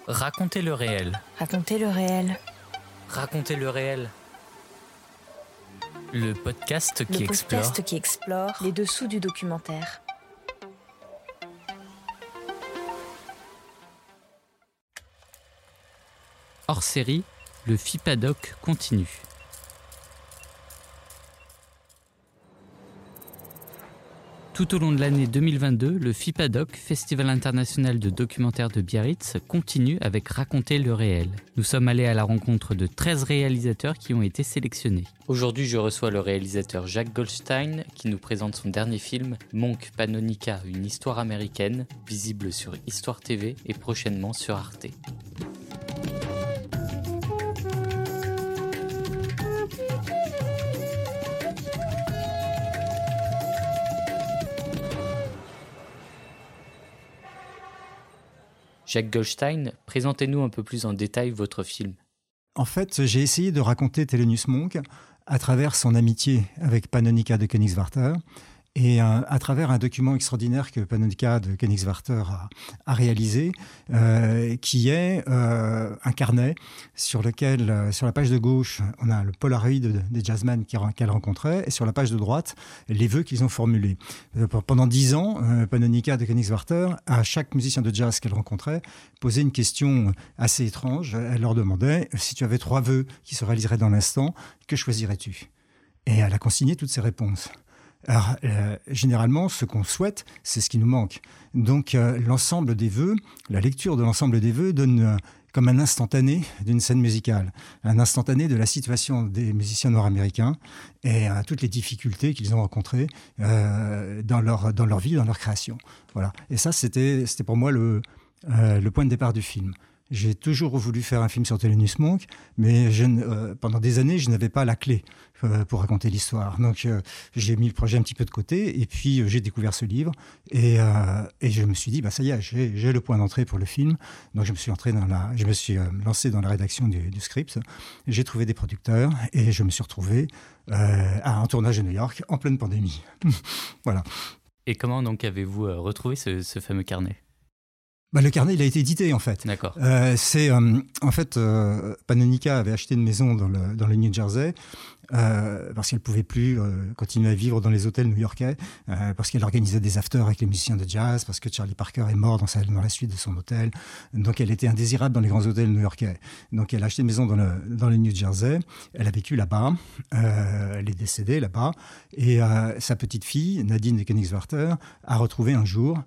Racontez le réel. Racontez le réel. Racontez le réel. Le podcast qui explore les dessous du documentaire. Hors série, le FIPADOC continue. Tout au long de l'année 2022, le FIPADOC, Festival international de documentaire de Biarritz, continue avec Raconter le réel. Nous sommes allés à la rencontre de 13 réalisateurs qui ont été sélectionnés. Aujourd'hui, je reçois le réalisateur Jacques Goldstein qui nous présente son dernier film, Monk Pannonica, une histoire américaine, visible sur Histoire TV et prochainement sur Arte. Jacques Goldstein, présentez-nous un peu plus en détail votre film. En fait, j'ai essayé de raconter Thelonious Monk à travers son amitié avec Pannonica de Königswarter et à travers un document extraordinaire que Pannonica de Königswarter a réalisé, qui est un carnet sur lequel, sur la page de gauche, on a le Polaroid des jazzmen qu'elle rencontrait, et sur la page de droite, les vœux qu'ils ont formulés. Pendant 10 ans, Pannonica de Königswarter, à chaque musicien de jazz qu'elle rencontrait, posait une question assez étrange. Elle leur demandait, si tu avais 3 vœux qui se réaliseraient dans l'instant, que choisirais-tu ? Et elle a consigné toutes ses réponses. Alors, généralement, ce qu'on souhaite, c'est ce qui nous manque. Donc, l'ensemble des vœux, la lecture de l'ensemble des vœux donne comme un instantané d'une scène musicale, un instantané de la situation des musiciens nord-américains et toutes les difficultés qu'ils ont rencontrées dans leur vie, dans leur création. Voilà. Et ça, c'était pour moi le point de départ du film. J'ai toujours voulu faire un film sur Thelonious Monk, mais pendant des années, je n'avais pas la clé pour raconter l'histoire. Donc, j'ai mis le projet un petit peu de côté, et puis j'ai découvert ce livre, et je me suis dit, ça y est, j'ai le point d'entrée pour le film. Donc, je me suis lancé dans la rédaction du script. J'ai trouvé des producteurs, et je me suis retrouvé à un tournage à New York en pleine pandémie. Voilà. Et comment donc avez-vous retrouvé ce fameux carnet ? Le carnet, il a été édité, en fait. D'accord. Pannonica avait acheté une maison dans le New Jersey parce qu'elle ne pouvait plus continuer à vivre dans les hôtels new-yorkais, parce qu'elle organisait des afters avec les musiciens de jazz, parce que Charlie Parker est mort dans la suite de son hôtel. Donc, elle était indésirable dans les grands hôtels new-yorkais. Donc, elle a acheté une maison dans le New Jersey. Elle a vécu là-bas. Elle est décédée là-bas. Et sa petite fille, Nadine de Königswarter, a retrouvé un jour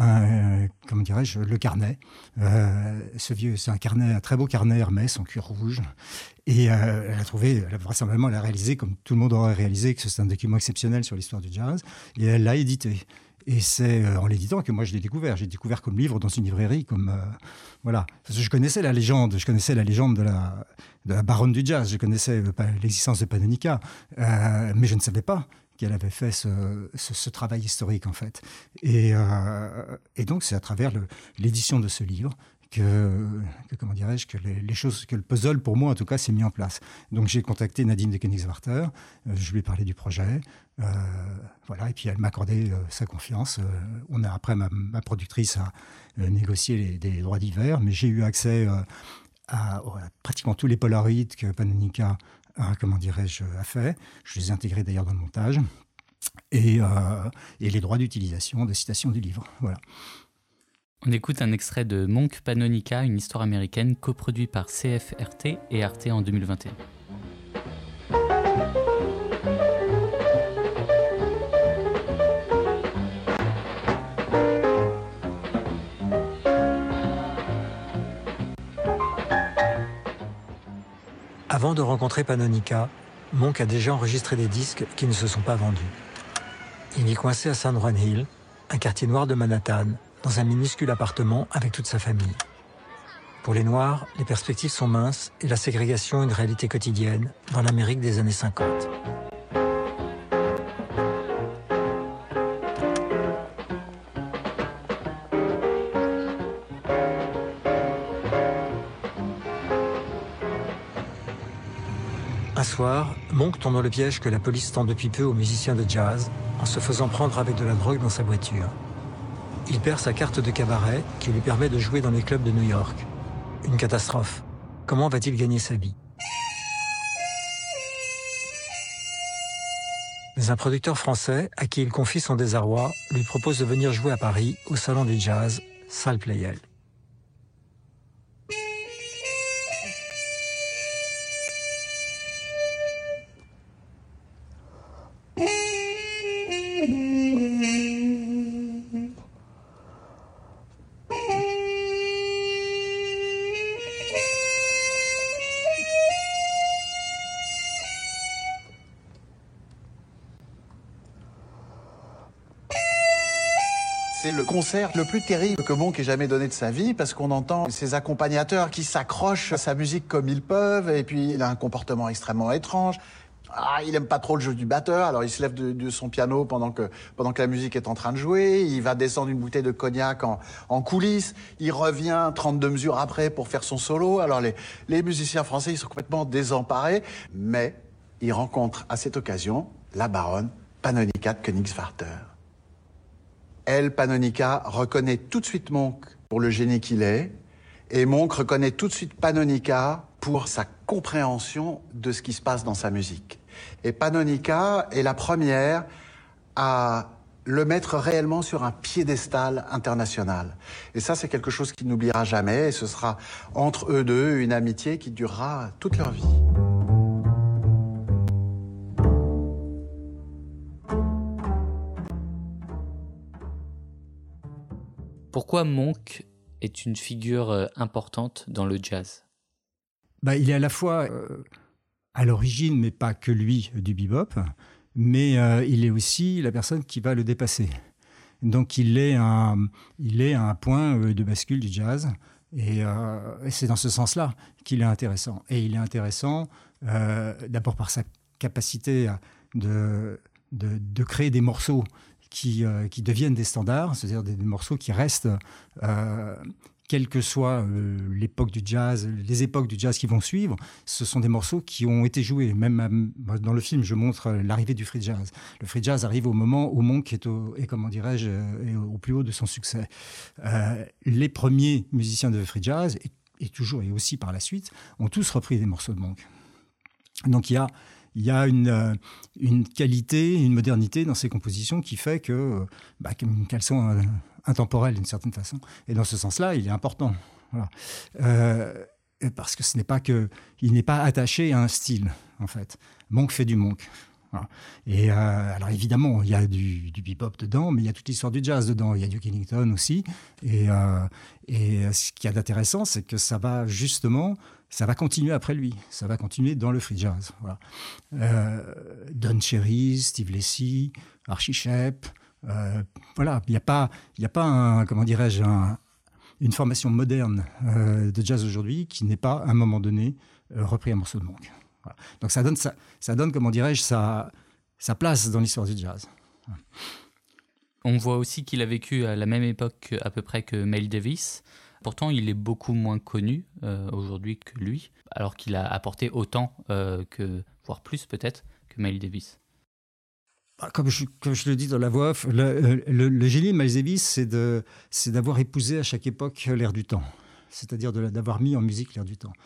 le carnet. C'est un carnet, un très beau carnet Hermès en cuir rouge. Et elle a réalisé, comme tout le monde aurait réalisé, que c'est un document exceptionnel sur l'histoire du jazz. Et elle l'a édité. Et c'est en l'éditant que moi je l'ai découvert. J'ai découvert comme livre dans une librairie, voilà. Parce que je connaissais la légende de la baronne du jazz. Je connaissais l'existence de Pannonica, mais je ne savais pas qu'elle avait fait ce travail historique, en fait. Et donc, c'est à travers l'édition de ce livre que les choses, que le puzzle, pour moi, en tout cas, s'est mis en place. Donc, j'ai contacté Nadine de Königswarter, je lui ai parlé du projet, et puis elle m'a accordé sa confiance. Après, ma productrice a négocié des droits divers, mais j'ai eu accès à pratiquement tous les Polaroids que Pannonica a fait. Je les ai intégrés d'ailleurs dans le montage. Et les droits d'utilisation, de citation du livre. Voilà. On écoute un extrait de Monk Pannonica, une histoire américaine, coproduit par CFRT et Arte en 2021. Avant de rencontrer Pannonica, Monk a déjà enregistré des disques qui ne se sont pas vendus. Il est coincé à San Juan Hill, un quartier noir de Manhattan, dans un minuscule appartement avec toute sa famille. Pour les Noirs, les perspectives sont minces et la ségrégation une réalité quotidienne dans l'Amérique des années 50. Un soir, Monk tombe dans le piège que la police tend depuis peu aux musiciens de jazz en se faisant prendre avec de la drogue dans sa voiture. Il perd sa carte de cabaret qui lui permet de jouer dans les clubs de New York. une catastrophe. Comment va-t-il gagner sa vie? Mais un producteur français, à qui il confie son désarroi, lui propose de venir jouer à Paris, au Salon du Jazz, salle Pleyel. C'est le concert le plus terrible que Monk ait jamais donné de sa vie, parce qu'on entend ses accompagnateurs qui s'accrochent à sa musique comme ils peuvent, et puis il a un comportement extrêmement étrange. Il aime pas trop le jeu du batteur, alors il se lève de son piano pendant que la musique est en train de jouer, il va descendre une bouteille de cognac en coulisses, il revient 32 mesures après pour faire son solo. Alors les musiciens français, ils sont complètement désemparés, mais il rencontre à cette occasion la baronne Panonica de Königswarter. Elle, Panonica, reconnaît tout de suite Monk pour le génie qu'il est, et Monk reconnaît tout de suite Panonica pour sa compréhension de ce qui se passe dans sa musique. Et Panonica est la première à le mettre réellement sur un piédestal international. Et ça, c'est quelque chose qu'il n'oubliera jamais, et ce sera entre eux deux une amitié qui durera toute leur vie. Pourquoi Monk est une figure importante dans le jazz? Il est à la fois à l'origine, mais pas que lui, du bebop, mais il est aussi la personne qui va le dépasser. Donc il est à un point de bascule du jazz, et c'est dans ce sens-là qu'il est intéressant. Et il est intéressant d'abord par sa capacité de créer des morceaux qui deviennent des standards, c'est-à-dire des morceaux qui restent, quelle que soit l'époque du jazz, les époques du jazz qui vont suivre, ce sont des morceaux qui ont été joués. Même dans le film, je montre l'arrivée du free jazz. Le free jazz arrive au moment où Monk est au plus haut de son succès. Les premiers musiciens de free jazz, et aussi par la suite, ont tous repris des morceaux de Monk. Donc il y a une qualité, une modernité dans ces compositions qui fait qu'elles sont intemporelles d'une certaine façon. Et dans ce sens-là, il est important. Voilà. Parce que il n'est pas attaché à un style, en fait. Monk fait du Monk. Voilà. Et alors évidemment, il y a du bebop dedans, mais il y a toute l'histoire du jazz dedans. Il y a du Ellington aussi. Et ce qu'il y a d'intéressant, c'est que ça va continuer après lui. Ça va continuer dans le free jazz. Voilà. Don Cherry, Steve Lacy, Archie Shepp. Voilà. Il n'y a pas une formation moderne de jazz aujourd'hui qui n'ait pas, à un moment donné, repris un morceau de Monk. Voilà. Donc ça donne, comment dirais-je, sa place dans l'histoire du jazz. On voit aussi qu'il a vécu à la même époque à peu près que Miles Davis. Pourtant, il est beaucoup moins connu aujourd'hui que lui, alors qu'il a apporté autant, voire plus peut-être, que Miles Davis. Comme je le dis dans la voix off, le génie de Miles Davis, c'est d'avoir épousé à chaque époque l'air du temps. C'est-à-dire d'avoir mis en musique l'air du temps.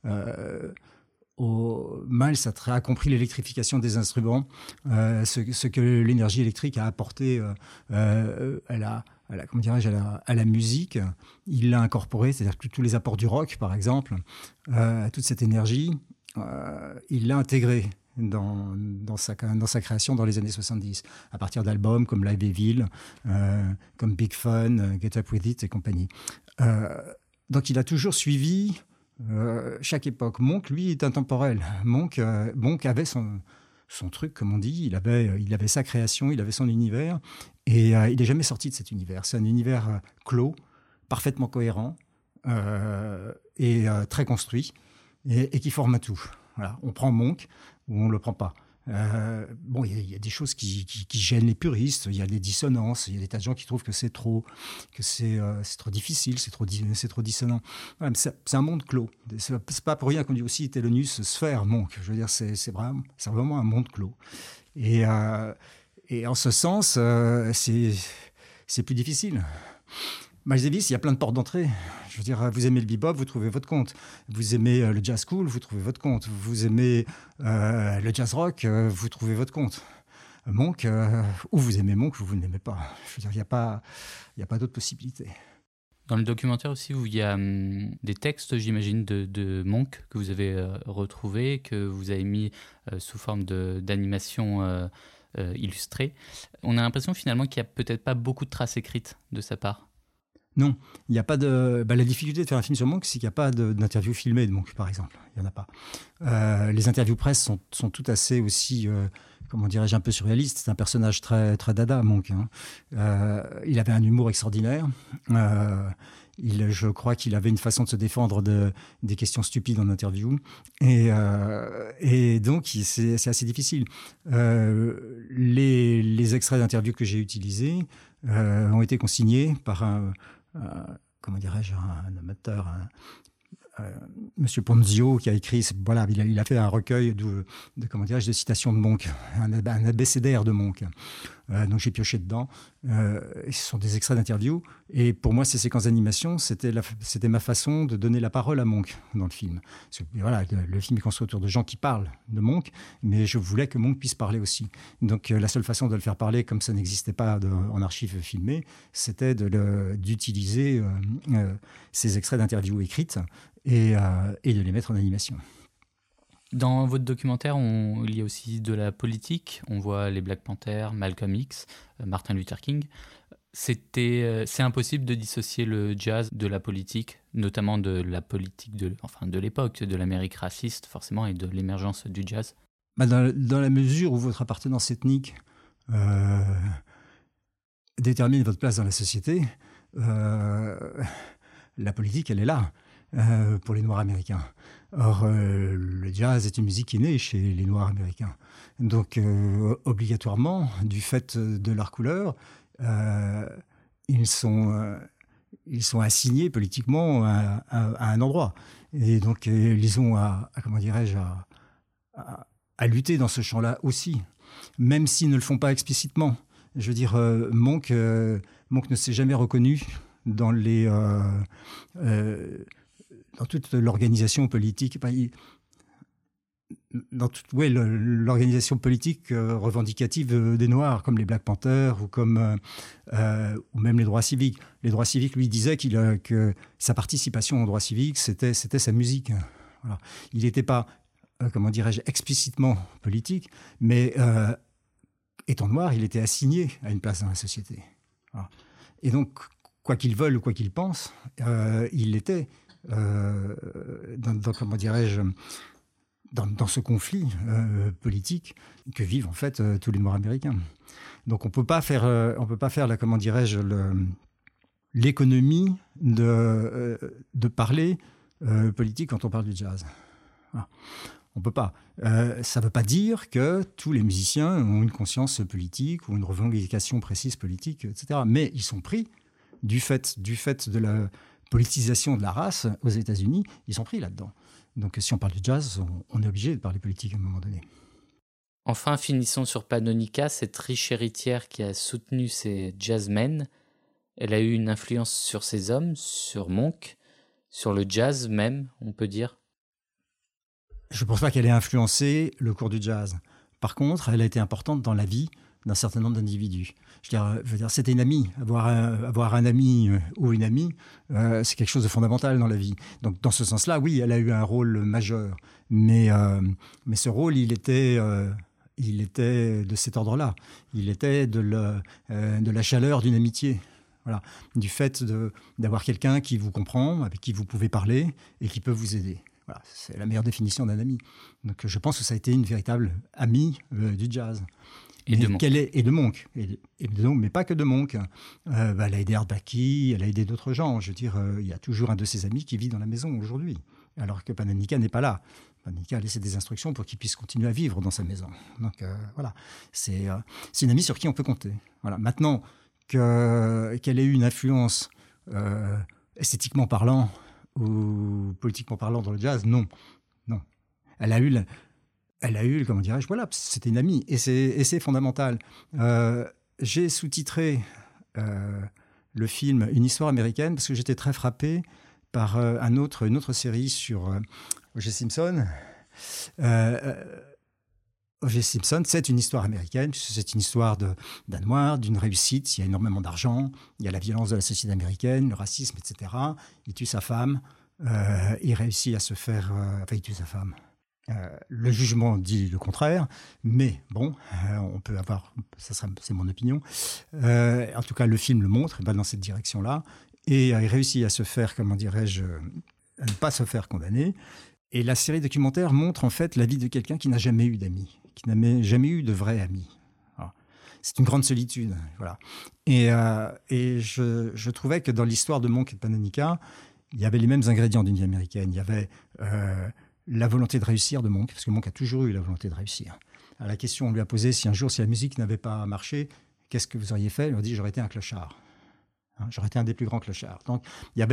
Miles a compris l'électrification des instruments, ce que l'énergie électrique a apporté à la musique. Il l'a incorporé, c'est-à-dire que tous les apports du rock, par exemple, toute cette énergie, il l'a intégré dans sa création dans les années 70, à partir d'albums comme Live Evil, comme Big Fun, Get Up With It et compagnie. Donc il a toujours suivi chaque époque. Monk, lui, est intemporel. Monk avait son truc, comme on dit. Il avait sa création, il avait son univers, et il n'est jamais sorti de cet univers. C'est un univers clos, parfaitement cohérent, et très construit, et qui forme un tout. Voilà. On prend Monk ou on le prend pas. Il y a des choses qui gênent les puristes. Il y a des dissonances. Il y a des tas de gens qui trouvent que c'est trop difficile, c'est trop dissonant. Voilà, mais c'est un monde clos. C'est pas pour rien qu'on dit aussi Thelonious sphère Monk. Je veux dire, c'est vraiment un monde clos. Et en ce sens, c'est plus difficile. Miles Davis, il y a plein de portes d'entrée. Je veux dire, vous aimez le bebop, vous trouvez votre compte. Vous aimez le jazz cool, vous trouvez votre compte. Vous aimez le jazz rock, vous trouvez votre compte. Monk, ou vous aimez Monk ou vous ne l'aimez pas. Je veux dire, il n'y a pas d'autre possibilité. Dans le documentaire aussi, où il y a des textes, j'imagine, de Monk que vous avez retrouvés, que vous avez mis sous forme d'animation illustrée. On a l'impression finalement qu'il n'y a peut-être pas beaucoup de traces écrites de sa part. Non, il n'y a pas de... la difficulté de faire un film sur Monk, c'est qu'il n'y a pas d'interview filmée de Monk, par exemple. Il n'y en a pas. Les interviews presse sont toutes assez aussi... comment dirais-je, un peu surréaliste. C'est un personnage très, très dada, Monk. Il avait un humour extraordinaire. Je crois qu'il avait une façon de se défendre des questions stupides en interview. Et donc, c'est assez difficile. Les extraits d'interview que j'ai utilisés ont été consignés par comment dirais-je, un amateur, Monsieur Ponzio, qui a écrit, voilà, il a fait un recueil de citations de Monk, un abécédaire de Monk. Donc j'ai pioché dedans. Ce sont des extraits d'interviews. Et pour moi, ces séquences d'animation, c'était ma façon de donner la parole à Monk dans le film. Voilà, le film est construit autour de gens qui parlent de Monk, mais je voulais que Monk puisse parler aussi. Donc la seule façon de le faire parler, comme ça n'existait pas en archives filmées, c'était d'utiliser ces extraits d'interviews écrites et de les mettre en animation. Dans votre documentaire, il y a aussi de la politique. On voit les Black Panthers, Malcolm X, Martin Luther King. C'est impossible de dissocier le jazz de la politique, notamment de la politique de l'époque, de l'Amérique raciste forcément, et de l'émergence du jazz. Dans la mesure où votre appartenance ethnique détermine votre place dans la société, la politique, elle est là. Pour les Noirs américains. Or, le jazz est une musique qui est née chez les Noirs américains. Donc, obligatoirement, du fait de leur couleur, ils sont assignés politiquement à un endroit. Et donc, ils ont à lutter dans ce champ-là aussi, même s'ils ne le font pas explicitement. Je veux dire, Monk ne s'est jamais reconnu dans dans toute l'organisation politique, dans toute l'organisation politique revendicative des Noirs, comme les Black Panthers ou même les droits civiques. Les droits civiques, lui, disait que sa participation aux droits civiques, c'était sa musique. Voilà. Il n'était pas, explicitement politique, mais étant noir, il était assigné à une place dans la société. Voilà. Et donc, quoi qu'il veuille ou quoi qu'il pense, il l'était. Dans ce conflit politique que vivent en fait tous les Noirs américains. Donc on peut pas faire l'économie de parler politique quand on parle du jazz. Voilà. On peut pas. Ça veut pas dire que tous les musiciens ont une conscience politique ou une revendication précise politique, etc. Mais ils sont pris du fait de la politisation de la race aux États-Unis, ils sont pris là-dedans. Donc si on parle de jazz, on est obligé de parler politique à un moment donné. Enfin, finissons sur Panonica, cette riche héritière qui a soutenu ces jazzmen. Elle a eu une influence sur ces hommes, sur Monk, sur le jazz même, on peut dire. Je ne pense pas qu'elle ait influencé le cours du jazz. Par contre, elle a été importante dans la vie d'un certain nombre d'individus. Je veux dire, c'était une amie. Avoir un ami ou une amie, c'est quelque chose de fondamental dans la vie. Donc, dans ce sens-là, oui, elle a eu un rôle majeur. Mais ce rôle, il était de cet ordre-là. Il était de la chaleur d'une amitié. Voilà. Du fait d'avoir quelqu'un qui vous comprend, avec qui vous pouvez parler et qui peut vous aider. Voilà. C'est la meilleure définition d'un ami. Donc, je pense que ça a été une véritable amie du jazz. Et de Monk. Mais pas que de Monk. Elle a aidé Art Blakey, elle a aidé d'autres gens. Je veux dire, il y a toujours un de ses amis qui vit dans la maison aujourd'hui, alors que Panonica n'est pas là. Panonica a laissé des instructions pour qu'il puisse continuer à vivre dans sa maison. Donc voilà, c'est une amie sur qui on peut compter. Voilà. Maintenant, qu'elle ait eu une influence esthétiquement parlant ou politiquement parlant dans le jazz, non. Elle a eu, comment dirais-je, voilà, c'était une amie, et c'est fondamental. J'ai sous-titré le film Une histoire américaine, parce que j'étais très frappé par une autre série sur O.J. Simpson. O.J. Simpson, c'est une histoire américaine, puisque c'est une histoire d'un noir, d'une réussite. Il y a énormément d'argent, il y a la violence de la société américaine, le racisme, etc. Il tue sa femme, il réussit à se faire... il tue sa femme. Le jugement dit le contraire, mais bon, on peut avoir... c'est mon opinion. En tout cas, le film le montre, il va dans cette direction-là. Et il réussit à se faire, comment dirais-je, à ne pas se faire condamner. Et la série documentaire montre en fait la vie de quelqu'un qui n'a jamais eu d'amis, qui n'a jamais eu de vrais amis. Alors, c'est une grande solitude, voilà. Et je trouvais que dans l'histoire de Monk et de Panonica, il y avait les mêmes ingrédients d'une vie américaine. Il y avait la volonté de réussir de Monk, parce que Monk a toujours eu la volonté de réussir. À la question, on lui a posé si la musique n'avait pas marché, qu'est-ce que vous auriez fait ? Il a dit, j'aurais été un clochard. J'aurais été un des plus grands clochards. Donc,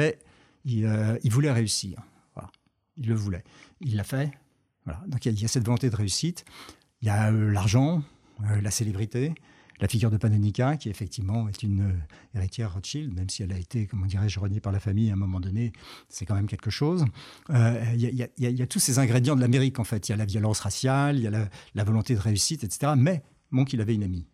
il voulait réussir. Voilà. Il le voulait. Il l'a fait. Voilà. Donc, il y a cette volonté de réussite. Il y a l'argent, la célébrité, la figure de Panonica, qui effectivement est une héritière Rothschild, même si elle a été, comment dirais-je, reniée par la famille à un moment donné. C'est quand même quelque chose. Il y a tous ces ingrédients de l'Amérique, en fait. Il y a la violence raciale, il y a la volonté de réussite, etc. Mais Monk, il avait une amie.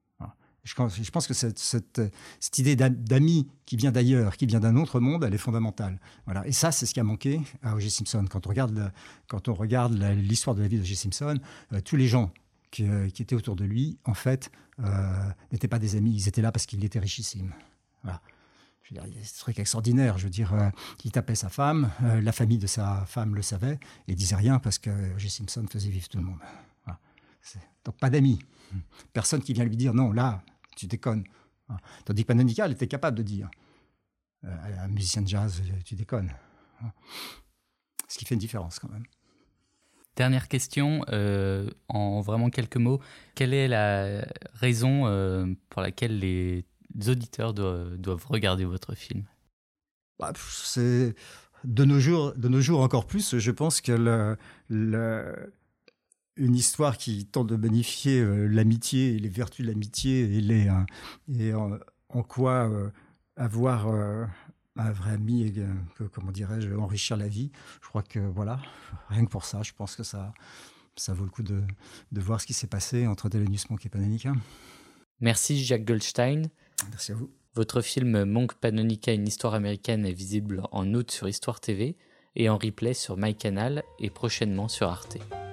Je pense que cette idée d'ami qui vient d'ailleurs, qui vient d'un autre monde, elle est fondamentale. Voilà. Et ça, c'est ce qui a manqué à O.J. Simpson. Quand on regarde l'histoire de la vie d'O.J. Simpson, tous les gens qui étaient autour de lui, en fait, n'étaient pas des amis. Ils étaient là parce qu'il était richissime. Voilà. Je veux dire, il y a ce truc extraordinaire. Je veux dire, il tapait sa femme, la famille de sa femme le savait et disait rien parce que O.J. Simpson faisait vivre tout le monde. Voilà. Donc, pas d'amis. Personne qui vient lui dire non, là, tu déconnes. Tandis que Panonica, elle était capable de dire à un musicien de jazz, tu déconnes. Ce qui fait une différence quand même. Dernière question, en vraiment quelques mots. Quelle est la raison pour laquelle les auditeurs doivent regarder votre film ? C'est de nos jours encore plus. Je pense que une histoire qui tente de magnifier l'amitié et les vertus de l'amitié et en quoi avoir un vrai ami et comment dirais-je, enrichir la vie. Je crois que voilà, rien que pour ça, je pense que ça vaut le coup de voir ce qui s'est passé entre Thelonious Monk et Panonica. Merci Jacques Goldstein. Merci à vous. Votre film Monk Panonica, une histoire américaine est visible en août sur Histoire TV et en replay sur MyCanal et prochainement sur Arte.